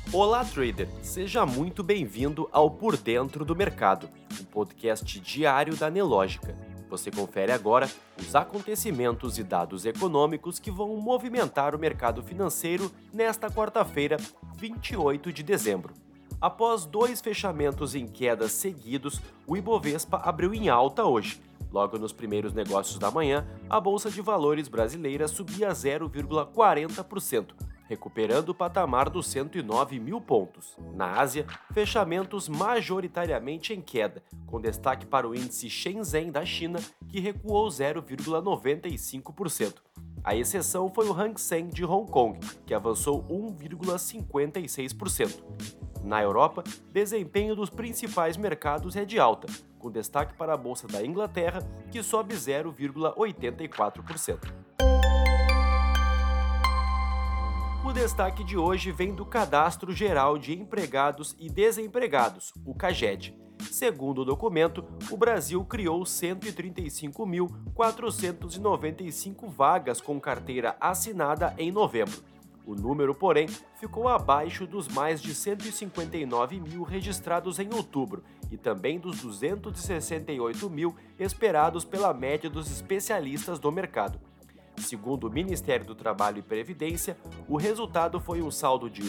Olá, trader! Seja muito bem-vindo ao Por Dentro do Mercado, um podcast diário da Nelogica. Você confere agora os acontecimentos e dados econômicos que vão movimentar o mercado financeiro nesta quarta-feira, 28 de dezembro. Após dois fechamentos em quedas seguidos, o Ibovespa abriu em alta hoje. Logo nos primeiros negócios da manhã, a Bolsa de Valores brasileira subia 0,40%. Recuperando o patamar dos 109 mil pontos. Na Ásia, fechamentos majoritariamente em queda, com destaque para o índice Shenzhen da China, que recuou 0,95%. A exceção foi o Hang Seng de Hong Kong, que avançou 1,56%. Na Europa, desempenho dos principais mercados é de alta, com destaque para a Bolsa da Inglaterra, que sobe 0,84%. O destaque de hoje vem do Cadastro Geral de Empregados e Desempregados, o CAGED. Segundo o documento, o Brasil criou 135.495 vagas com carteira assinada em novembro. O número, porém, ficou abaixo dos mais de 159 mil registrados em outubro e também dos 268 mil esperados pela média dos especialistas do mercado. Segundo o Ministério do Trabalho e Previdência, o resultado foi um saldo de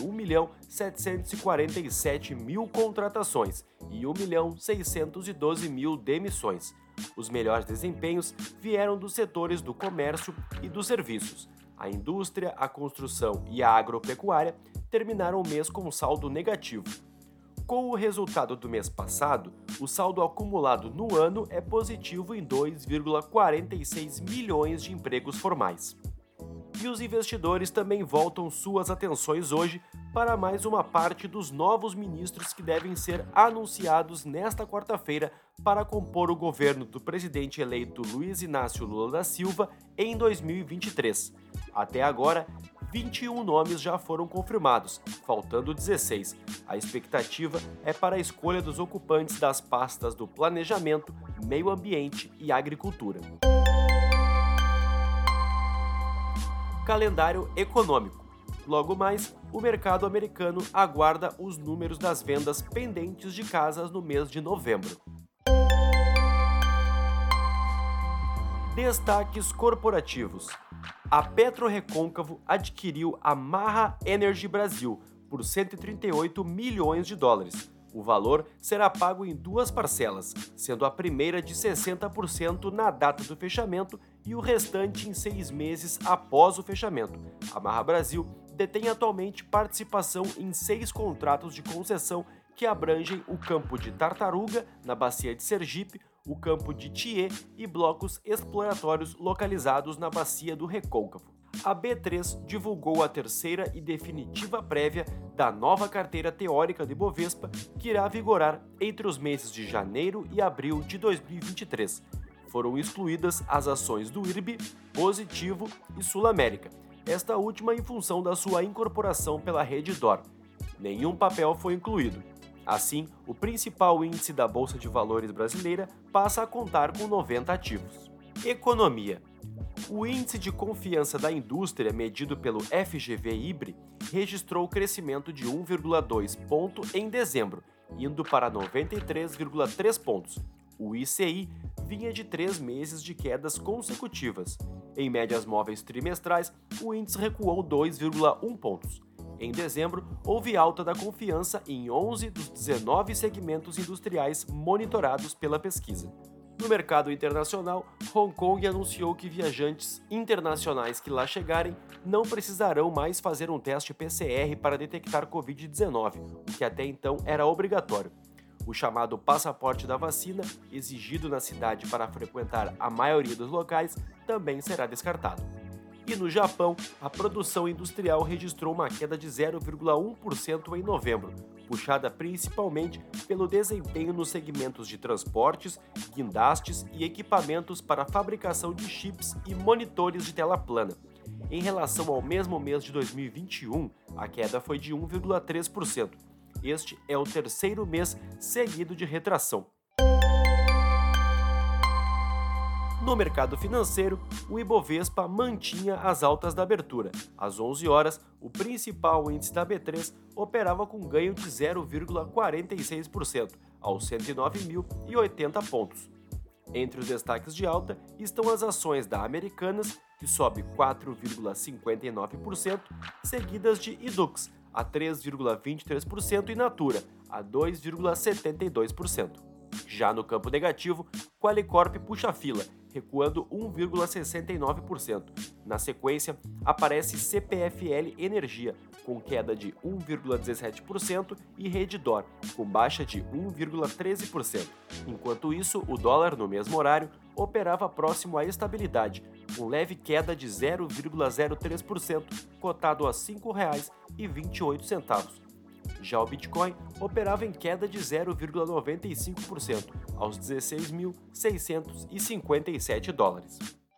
1.747.000 contratações e 1.612.000 demissões. Os melhores desempenhos vieram dos setores do comércio e dos serviços. A indústria, a construção e a agropecuária terminaram o mês com um saldo negativo. Com o resultado do mês passado, o saldo acumulado no ano é positivo em 2,46 milhões de empregos formais. E os investidores também voltam suas atenções hoje para mais uma parte dos novos ministros que devem ser anunciados nesta quarta-feira para compor o governo do presidente eleito Luiz Inácio Lula da Silva em 2023. Até agora, 21 nomes já foram confirmados, faltando 16. A expectativa é para a escolha dos ocupantes das pastas do Planejamento, Meio Ambiente e Agricultura. Calendário econômico. Logo mais, o mercado americano aguarda os números das vendas pendentes de casas no mês de novembro. Destaques corporativos. A PetroRecôncavo adquiriu a Maha Energy Brasil por 138 milhões de dólares. O valor será pago em duas parcelas, sendo a primeira de 60% na data do fechamento e o restante em 6 meses após o fechamento. A Maha Brasil detém atualmente participação em 6 contratos de concessão que abrangem o campo de Tartaruga, na bacia de Sergipe, o campo de Tiê e blocos exploratórios localizados na bacia do Recôncavo. A B3 divulgou a terceira e definitiva prévia da nova carteira teórica do Ibovespa, que irá vigorar entre os meses de janeiro e abril de 2023. Foram excluídas as ações do IRB, Positivo e Sul América, esta última em função da sua incorporação pela rede DOR. Nenhum papel foi incluído. Assim, o principal índice da Bolsa de Valores brasileira passa a contar com 90 ativos. Economia. O índice de confiança da indústria, medido pelo FGV-IBRE, registrou crescimento de 1,2 ponto em dezembro, indo para 93,3 pontos. O ICI vinha de 3 meses de quedas consecutivas. Em médias móveis trimestrais, o índice recuou 2,1 pontos. Em dezembro, houve alta da confiança em 11 dos 19 segmentos industriais monitorados pela pesquisa. No mercado internacional, Hong Kong anunciou que viajantes internacionais que lá chegarem não precisarão mais fazer um teste PCR para detectar Covid-19, o que até então era obrigatório. O chamado passaporte da vacina, exigido na cidade para frequentar a maioria dos locais, também será descartado. E no Japão, a produção industrial registrou uma queda de 0,1% em novembro, puxada principalmente pelo desempenho nos segmentos de transportes, guindastes e equipamentos para fabricação de chips e monitores de tela plana. Em relação ao mesmo mês de 2021, a queda foi de 1,3%. Este é o terceiro mês seguido de retração. No mercado financeiro, o Ibovespa mantinha as altas da abertura. Às 11 horas, o principal índice da B3 operava com ganho de 0,46%, aos 109.080 pontos. Entre os destaques de alta estão as ações da Americanas, que sobe 4,59%, seguidas de Edux, a 3,23% e Natura, a 2,72%. Já no campo negativo, Qualicorp puxa a fila, recuando 1,69%. Na sequência, aparece CPFL Energia, com queda de 1,17% e Redditor, com baixa de 1,13%. Enquanto isso, o dólar, no mesmo horário, operava próximo à estabilidade, com leve queda de 0,03%, cotado a R$ 5,28. Já o Bitcoin operava em queda de 0,95%, aos 16.657 dólares.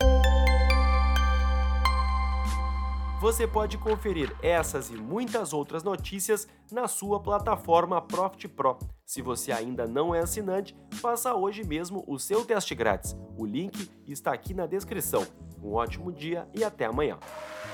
Você pode conferir essas e muitas outras notícias na sua plataforma Profit Pro. Se você ainda não é assinante, faça hoje mesmo o seu teste grátis. O link está aqui na descrição. Um ótimo dia e até amanhã.